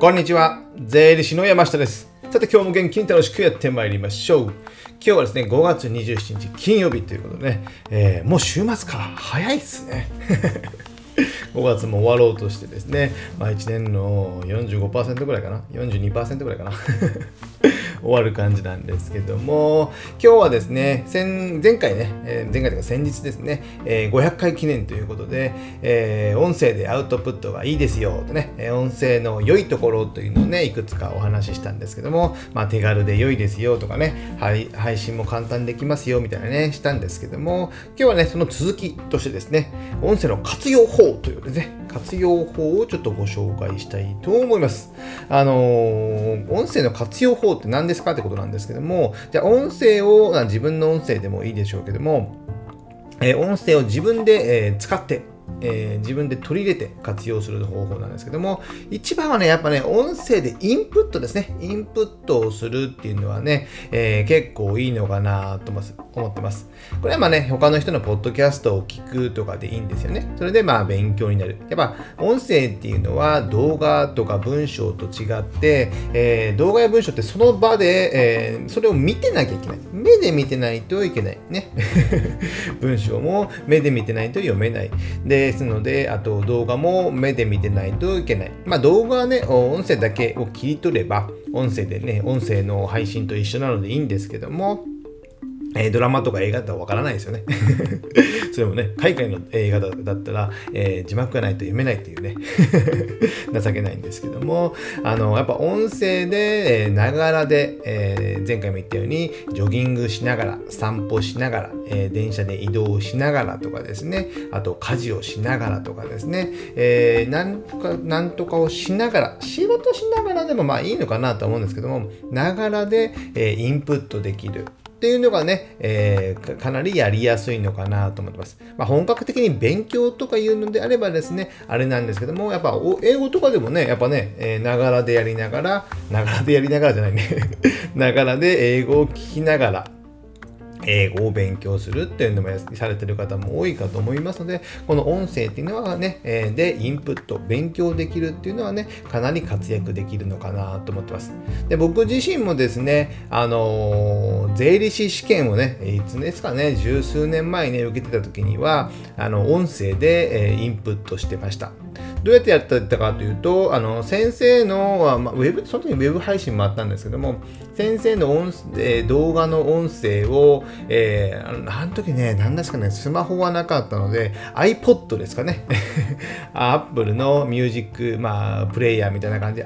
こんにちは、税理士の山下です。さて今日も元気に楽しくやってまいりましょう。今日はですね、5月27日金曜日ということでね、もう週末か、早いっすね。5月も終わろうとしてですね、1年の 45% ぐらいかな、42% ぐらいかな。終わる感じなんですけども、今日はですね、前回というか先日ですね、500回記念ということで、音声でアウトプットがいいですよとね、音声の良いところというのをね、いくつかお話ししたんですけども、手軽で良いですよとかね、配信も簡単にできますよみたいなね、したんですけども、今日はね、その続きとしてですね、音声の活用法というですね、活用法をちょっとご紹介したいと思います。音声の活用法って何ですかってことなんですけども、じゃあ音声を、自分の音声でもいいでしょうけども、音声を自分で、使って、自分で取り入れて活用する方法なんですけども、一番はね、やっぱね、音声でインプットですね。インプットをするっていうのはね、結構いいのかなと思ってます。これは他の人のポッドキャストを聞くとかでいいんですよね。それで勉強になる。やっぱ音声っていうのは動画とか文章と違って、動画や文章ってその場で、それを見てなきゃいけない。目で見てないといけないね。文章も目で見てないと読めない。ですので、あと動画も目で見てないといけない。動画はね、音声だけを切り取れば、音声でね、音声の配信と一緒なのでいいんですけども、ドラマとか映画だったらわからないですよね。それもね、海外の映画だったら、字幕がないと読めないっていうね、情けないんですけども、やっぱ音声で、ながらで、前回も言ったように、ジョギングしながら、散歩しながら、電車で移動しながらとかですね、あと家事をしながらとかですね、なんとかをしながら、仕事しながらでもいいのかなと思うんですけども、ながらで、インプットできる。っていうのがね、かなりやりやすいのかなと思ってます。本格的に勉強とかいうのであればですね、あれなんですけども、やっぱ英語とかでもね、やっぱね、ながらでやりながらじゃないね。ながらで英語を聞きながら、英語を勉強するっていうのもされてる方も多いかと思いますので、この音声っていうのはね、でインプット、勉強できるっていうのはね、かなり活躍できるのかなと思ってます。で、僕自身もですね、税理士試験をね、いつですかね、十数年前に受けてた時には、音声で、インプットしてました。どうやってやってたかというと、先生の、その時ウェブ配信もあったんですけども、先生の動画の音声を、あの時ね、何ですかね、スマホはなかったので、iPod ですかね。Apple のミュージック、プレイヤーみたいな感じで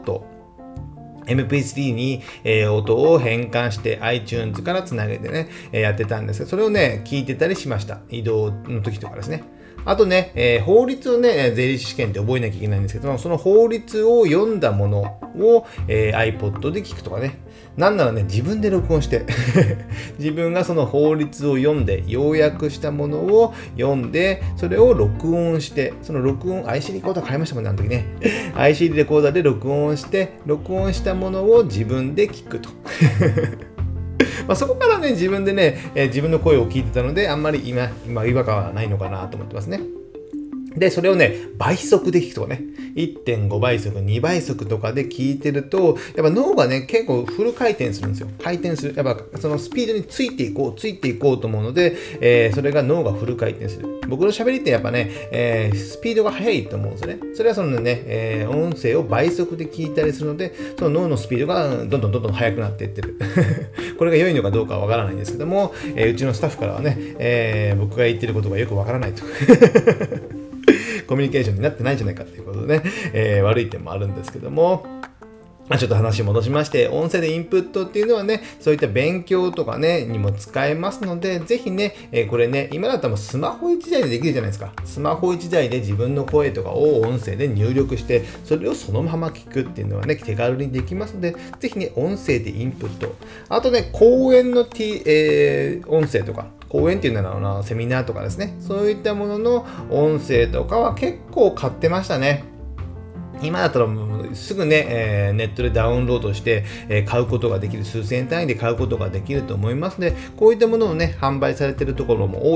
iPod、MP3 に、音を変換して iTunes からつなげてね、やってたんですけど、それをね、聞いてたりしました。移動の時とかですね。あとね、法律をね、税理士試験って覚えなきゃいけないんですけども、その法律を読んだものを、iPod で聞くとかね。なんならね、自分で録音して、自分がその法律を読んで、要約したものを読んで、それを録音して、その録音、IC レコーダー買いましたもんね、あの時ね。IC レコーダーで録音して、録音したものを自分で聞くと。そこからね、自分でね、自分の声を聞いてたので、あんまり今違和感はないのかなと思ってますね。で、それをね、倍速で聞くとかね、1.5 倍速、2倍速とかで聞いてると、やっぱ脳がね、結構フル回転するんですよ。回転する。やっぱそのスピードについていこうと思うので、それが脳がフル回転する。僕の喋りってやっぱね、スピードが速いと思うんですよね。それはそのね、音声を倍速で聞いたりするので、その脳のスピードがどんどん速くなっていってる。これが良いのかどうかはわからないんですけども、うちのスタッフからはね、僕が言ってることがよくわからないと。コミュニケーションになってないんじゃないかということでね、悪い点もあるんですけども、ちょっと話戻しまして、音声でインプットっていうのはね、そういった勉強とかね、にも使えますので、ぜひね、これね、今だったらもうスマホ1台でできるじゃないですか。スマホ1台で自分の声とかを音声で入力して、それをそのまま聞くっていうのはね、手軽にできますので、ぜひね、音声でインプット。あとね、講演の音声とか、講演っていうのはセミナーとかですね、そういったものの音声とかは結構買ってましたね。今だったらもうすぐね、ネットでダウンロードして、買うことができる、数千円単位で買うことができると思いますので、こういったものをね、販売されているところも多い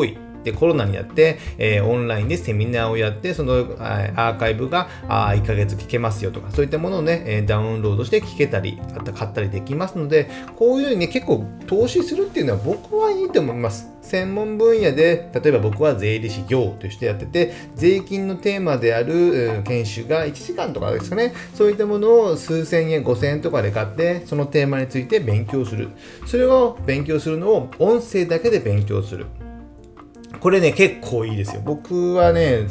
で、コロナになって、オンラインでセミナーをやって、そのアーカイブが1ヶ月聞けますよとか、そういったものをね、ダウンロードして聞けたり、買ったりできますので、こういうふうにね、結構投資するっていうのは僕はいいと思います。専門分野で、例えば僕は税理士業としてやってて、税金のテーマである研修が1時間とかですかね、そういったものを数千円、5000円とかで買って、そのテーマについて勉強する。それを勉強するのを音声だけで勉強する。これね、結構いいですよ。僕はね、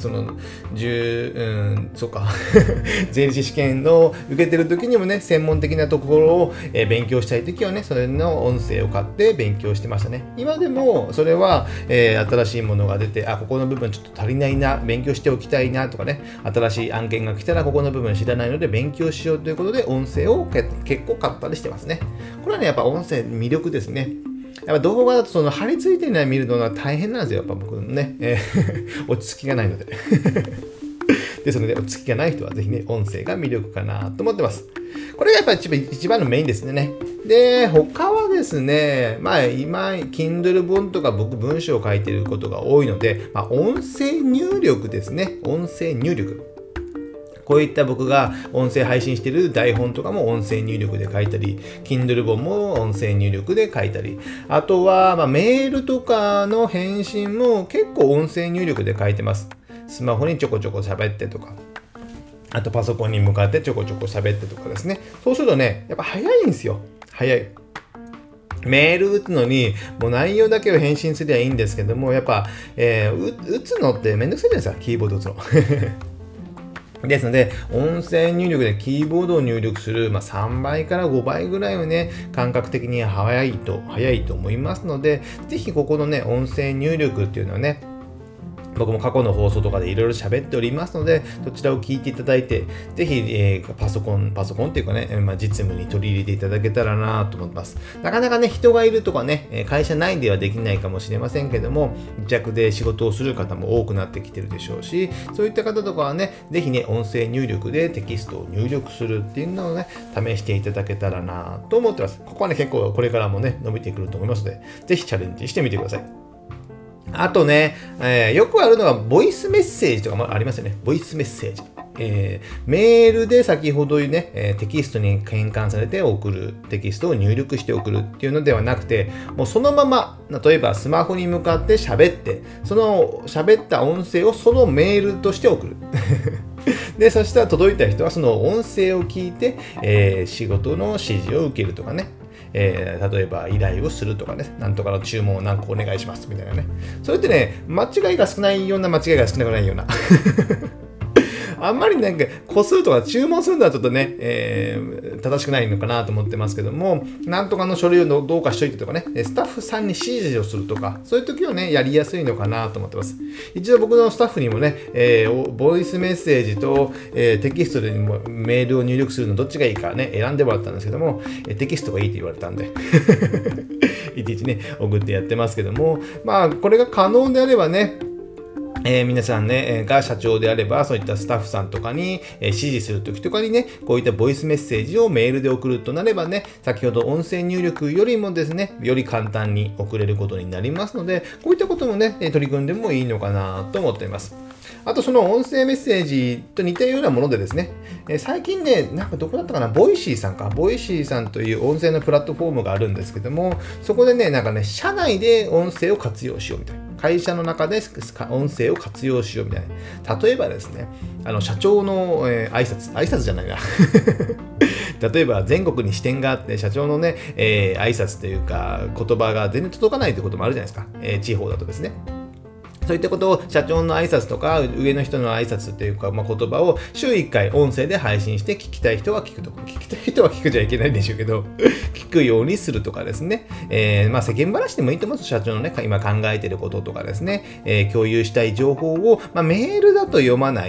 そうか。税理士試験の受けてる時にもね、専門的なところを、勉強したい時はね、それの音声を買って勉強してましたね。今でも、それは、新しいものが出て、ここの部分ちょっと足りないな、勉強しておきたいなとかね、新しい案件が来たら、ここの部分知らないので勉強しようということで、音声を結構買ったりしてますね。これはね、やっぱ音声魅力ですね。やっぱ動画だと貼り付いてるのを見るのが大変なんですよ。やっぱ僕のね、落ち着きがないので。ですので、落ち着きがない人はぜひね、音声が魅力かなと思ってます。これがやっぱり一番のメインですね。で、他はですね、今、Kindle 本とか僕文章を書いていることが多いので、音声入力ですね。音声入力。こういった僕が音声配信している台本とかも音声入力で書いたり、Kindle 本も音声入力で書いたり、あとはメールとかの返信も結構音声入力で書いてます。スマホにちょこちょこ喋ってとか、あとパソコンに向かってちょこちょこ喋ってとかですね。そうするとね、やっぱ早いんですよ。早い。メール打つのに、もう内容だけを返信すればいいんですけども、やっぱ、打つのってめんどくさいじゃないですか、キーボード打つの。ですので、音声入力でキーボードを入力する、3倍から5倍ぐらいはね、感覚的に早いと思いますので、ぜひここのね、音声入力っていうのはね、僕も過去の放送とかでいろいろ喋っておりますので、そちらを聞いていただいて、ぜひ、パソコンっていうかね、実務に取り入れていただけたらなと思います。なかなかね、人がいるとかね、会社内ではできないかもしれませんけども、自宅で仕事をする方も多くなってきてるでしょうし、そういった方とかはね、ぜひね、音声入力でテキストを入力するっていうのをね、試していただけたらなと思ってます。ここはね、結構これからもね、伸びてくると思いますので、ぜひチャレンジしてみてください。あとね、よくあるのは、ボイスメッセージとかもありますよね。ボイスメッセージ。メールで先ほどね、テキストに変換されて送る、テキストを入力して送るっていうのではなくて、もうそのまま、例えばスマホに向かって喋って、その喋った音声をそのメールとして送る。で、そしたら届いた人はその音声を聞いて、仕事の指示を受けるとかね。例えば依頼をするとかね、なんとかの注文を何個お願いしますみたいなね。それってね、間違いが少ないような間違いが少なくないような。あんまりなんか個数とか注文するのはちょっとね、正しくないのかなと思ってますけども、なんとかの書類をどうかしといてとかね、スタッフさんに指示をするとか、そういう時はね、やりやすいのかなと思ってます。一度僕のスタッフにもね、ボイスメッセージと、テキストでもメールを入力するのどっちがいいかね、選んでもらったんですけども、テキストがいいって言われたんで、いちいちね、送ってやってますけども、これが可能であればね、皆さんね、が社長であれば、そういったスタッフさんとかに、指示するときとかにね、こういったボイスメッセージをメールで送るとなればね、先ほど音声入力よりもですね、より簡単に送れることになりますので、こういったこともね、取り組んでもいいのかなと思っています。あとその音声メッセージと似たようなものでですね、最近ね、なんかどこだったかな、ボイシーさんという音声のプラットフォームがあるんですけども、そこでね、社内で音声を活用しようみたいな。会社の中で音声を活用しようみたいな。例えばですね、社長の、挨拶じゃないな。例えば全国に支店があって、社長のね、挨拶というか、言葉が全然届かないということもあるじゃないですか。地方だとですね。そういったことを社長の挨拶とか上の人の挨拶というか、言葉を週1回音声で配信して聞きたい人は聞くとか、聞きたい人は聞くじゃいけないんでしょうけど、聞くようにするとかですね。世間話でもいいと思います。社長のね、今考えていることとかですね、共有したい情報を、メールだと読まない。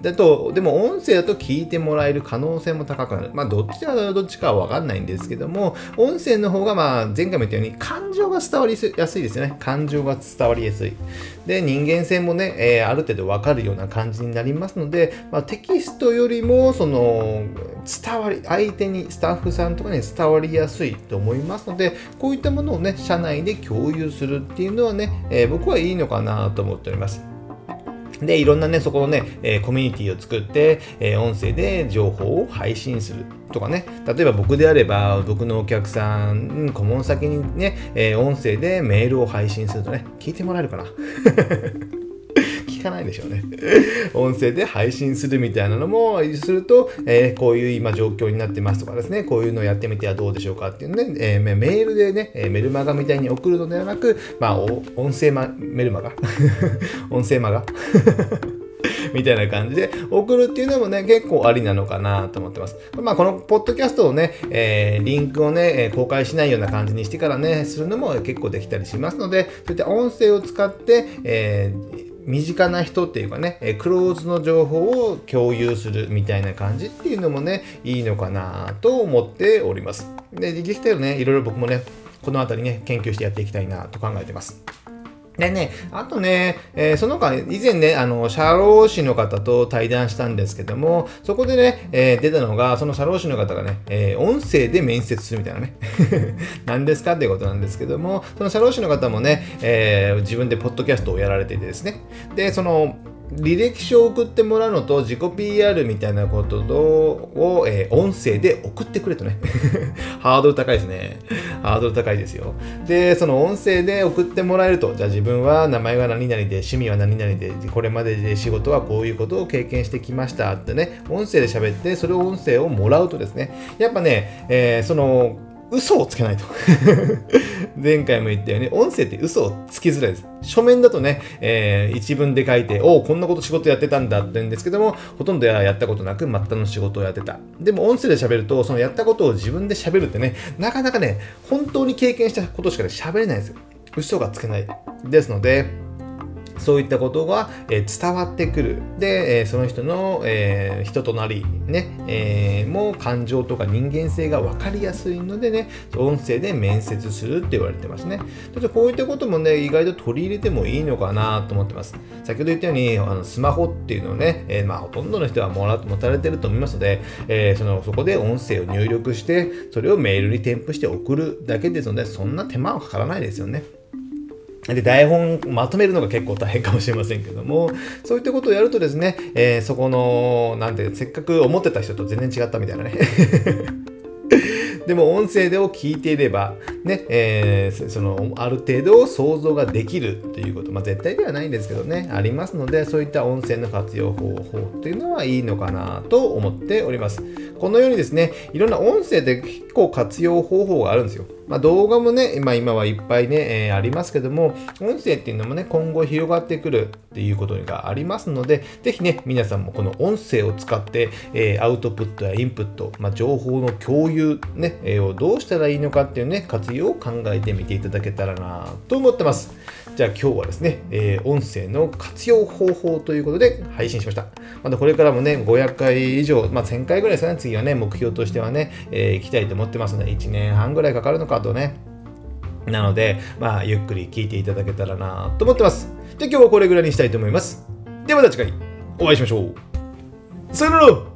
でも音声だと聞いてもらえる可能性も高くなる。どっちかはわかんないんですけども、音声の方が前回も言ったように感情が伝わりやすいですよね。感情が伝わりやすい。で、人間性もね、ある程度わかるような感じになりますので、テキストよりも、相手に、スタッフさんとかに伝わりやすいと思いますので、こういったものをね、社内で共有するっていうのはね、僕はいいのかなと思っております。で、いろんなね、そこのね、コミュニティを作って、音声で情報を配信するとかね。例えば僕であれば、僕のお客さん、顧問先にね、音声でメールを配信するとね、聞いてもらえるかな聞かないでしょうね。音声で配信するみたいなのもすると、こういう今状況になってますとかですね、こういうのをやってみてはどうでしょうかっていうね、メールでね、メルマガみたいに送るのではなく、音声メルマガ音声マガみたいな感じで送るっていうのもね、結構ありなのかなと思ってます。このポッドキャストをね、リンクをね、公開しないような感じにしてからね、するのも結構できたりしますので、そういった音声を使って、身近な人っていうかね、クローズの情報を共有するみたいな感じっていうのもね、いいのかなと思っております。で、できたらね、いろいろ僕もね、このあたりね、研究してやっていきたいなと考えてます。でね、あとね、その他、以前ね、社労士の方と対談したんですけども、そこでね、出たのが、その社労士の方がね、音声で面接するみたいなね、何ですかっていうことなんですけども、その社労士の方もね、自分でポッドキャストをやられててですね、で、履歴書を送ってもらうのと自己 PR みたいなことを、音声で送ってくれとね。ハードル高いですね。ハードル高いですよ。で、その音声で送ってもらえると、じゃあ自分は名前は何々で、趣味は何々で、これまでで仕事はこういうことを経験してきましたってね、音声で喋って、それを音声をもらうとですね、やっぱね、嘘をつけないと。前回も言ったように、音声って嘘をつきづらいです。書面だとね、一文で書いて、こんなこと仕事やってたんだって言うんですけども、ほとんどやったことなく、末端の仕事をやってた。でも音声で喋ると、そのやったことを自分で喋るってね、なかなかね、本当に経験したことしか喋れないんですよ。嘘がつけない。ですので、そういったことが伝わってくる。で、その人の人となり、ね、もう感情とか人間性が分かりやすいのでね、音声で面接するって言われてますね。こういったこともね、意外と取り入れてもいいのかなと思ってます。先ほど言ったように、スマホっていうのをね、ほとんどの人は持たれてると思いますので、そこで音声を入力して、それをメールに添付して送るだけですので、そんな手間はかからないですよね。で、台本まとめるのが結構大変かもしれませんけども、そういったことをやるとですね、そこの、せっかく思ってた人と全然違ったみたいなね。でも音声でを聞いていれば、ね、ある程度想像ができるということ、絶対ではないんですけどね、ありますので、そういった音声の活用方法というのはいいのかなと思っております。このようにですね、いろんな音声で結構活用方法があるんですよ。動画もね、今はいっぱいね、ありますけども、音声っていうのもね、今後広がってくるっていうことがありますので、ぜひね、皆さんもこの音声を使って、アウトプットやインプット、情報の共有、ね、をどうしたらいいのかっていうね、活用を考えてみていただけたらなと思ってます。じゃあ今日はですね、音声の活用方法ということで配信しました。またこれからもね、500回以上、1000回ぐらいですかね、次はね、目標としてはね、行きたいと思ってますので、1年半ぐらいかかるのかとね。なので、ゆっくり聞いていただけたらなと思ってます。じゃあ今日はこれぐらいにしたいと思います。ではまた次回お会いしましょう。さよなら。